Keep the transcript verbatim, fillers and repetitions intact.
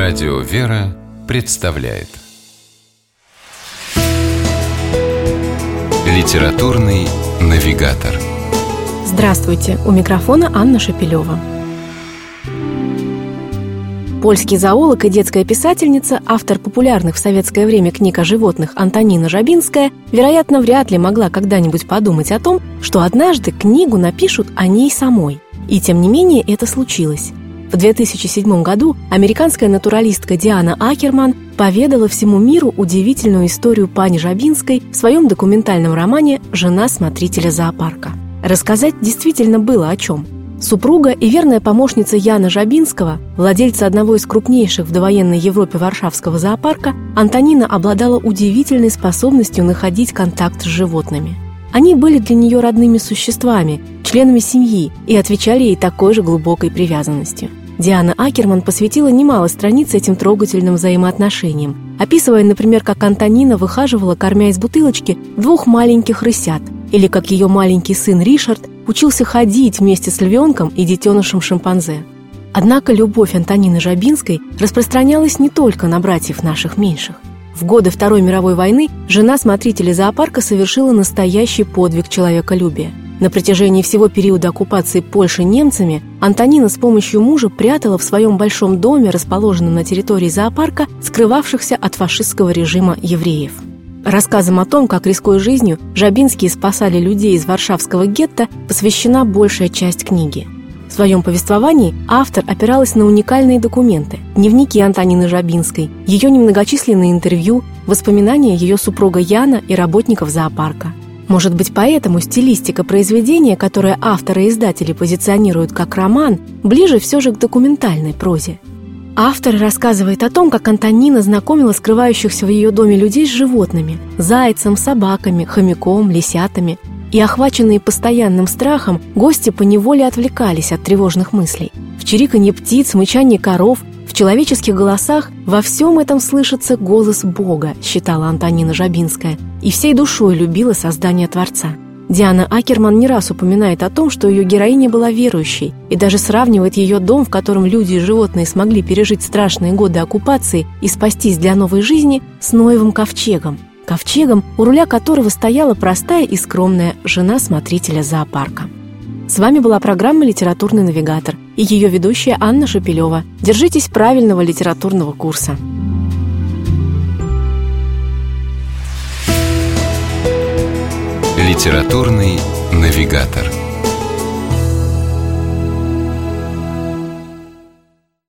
Радио «Вера» представляет Литературный навигатор. Здравствуйте! У микрофона Анна Шапилева. Польский зоолог и детская писательница, автор популярных в советское время книг о животных Антонина Жабинская, вероятно, вряд ли могла когда-нибудь подумать о том, что однажды книгу напишут о ней самой. И тем не менее это случилось. В две тысячи седьмом году американская натуралистка Диана Акерман поведала всему миру удивительную историю пани Жабинской в своем документальном романе «Жена смотрителя зоопарка». Рассказать действительно было о чем. Супруга и верная помощница Яна Жабинского, владельца одного из крупнейших в довоенной Европе Варшавского зоопарка, Антонина обладала удивительной способностью находить контакт с животными. Они были для нее родными существами, членами семьи и отвечали ей такой же глубокой привязанностью. Диана Акерман посвятила немало страниц этим трогательным взаимоотношениям, описывая, например, как Антонина выхаживала, кормя из бутылочки, двух маленьких рысят, или как ее маленький сын Ришард учился ходить вместе с львенком и детенышем шимпанзе. Однако любовь Антонины Жабинской распространялась не только на братьев наших меньших. В годы Второй мировой войны жена смотрителя зоопарка совершила настоящий подвиг человеколюбия. На протяжении всего периода оккупации Польши немцами Антонина с помощью мужа прятала в своем большом доме, расположенном на территории зоопарка, скрывавшихся от фашистского режима евреев. Рассказам о том, как, рискуя жизнью, Жабинские спасали людей из варшавского гетто, посвящена большая часть книги. В своем повествовании автор опиралась на уникальные документы: дневники Антонины Жабинской, ее немногочисленные интервью, воспоминания ее супруга Яна и работников зоопарка. Может быть, поэтому стилистика произведения, которое авторы и издатели позиционируют как роман, ближе все же к документальной прозе. Автор рассказывает о том, как Антонина знакомила скрывающихся в ее доме людей с животными – зайцем, собаками, хомяком, лисятами. И, охваченные постоянным страхом, гости поневоле отвлекались от тревожных мыслей. В чириканье птиц, мычанье коров, в человеческих голосах во всем этом слышится голос Бога, считала Антонина Жабинская, и всей душой любила создание Творца. Диана Акерман не раз упоминает о том, что ее героиня была верующей, и даже сравнивает ее дом, в котором люди и животные смогли пережить страшные годы оккупации и спастись для новой жизни, с Ноевым ковчегом. Ковчегом, у руля которого стояла простая и скромная жена смотрителя зоопарка. С вами была программа «Литературный навигатор» и ее ведущая Анна Шапилева. Держитесь правильного литературного курса. Литературный навигатор.